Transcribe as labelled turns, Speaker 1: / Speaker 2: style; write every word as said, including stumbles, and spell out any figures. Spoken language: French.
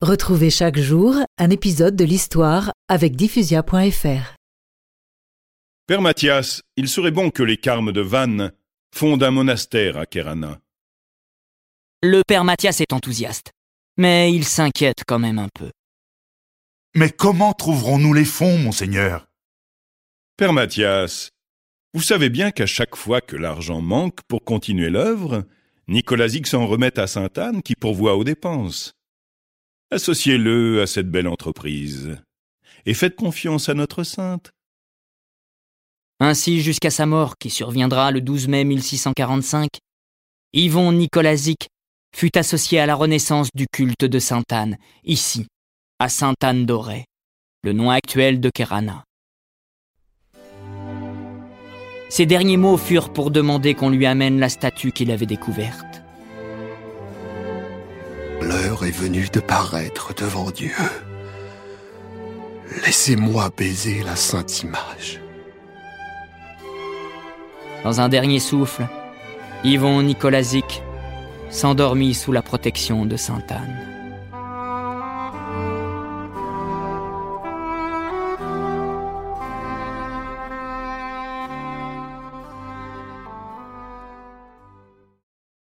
Speaker 1: Retrouvez chaque jour un épisode de l'histoire avec diffusia point f r.
Speaker 2: Père Mathias, il serait bon que les carmes de Vannes fondent un monastère à Kérana.
Speaker 3: Le père Mathias est enthousiaste, mais il s'inquiète quand même un peu.
Speaker 4: Mais comment trouverons-nous les fonds, monseigneur ?
Speaker 2: Père Mathias, vous savez bien qu'à chaque fois que l'argent manque pour continuer l'œuvre, Nicolazic s'en remet à Sainte-Anne qui pourvoit aux dépenses. Associez-le à cette belle entreprise et faites confiance à notre sainte.
Speaker 3: Ainsi, jusqu'à sa mort, qui surviendra le douze mai mille six cent quarante-cinq, Yvon Nicolazic fut associé à la renaissance du culte de Sainte-Anne, ici, à Sainte-Anne-d'Auray, le nom actuel de Kérana. Ses derniers mots furent pour demander qu'on lui amène la statue qu'il avait découverte.
Speaker 5: L'heure est venue de paraître devant Dieu. Laissez-moi baiser la sainte image.
Speaker 3: Dans un dernier souffle, Yvon Nicolazic s'endormit sous la protection de Sainte-Anne.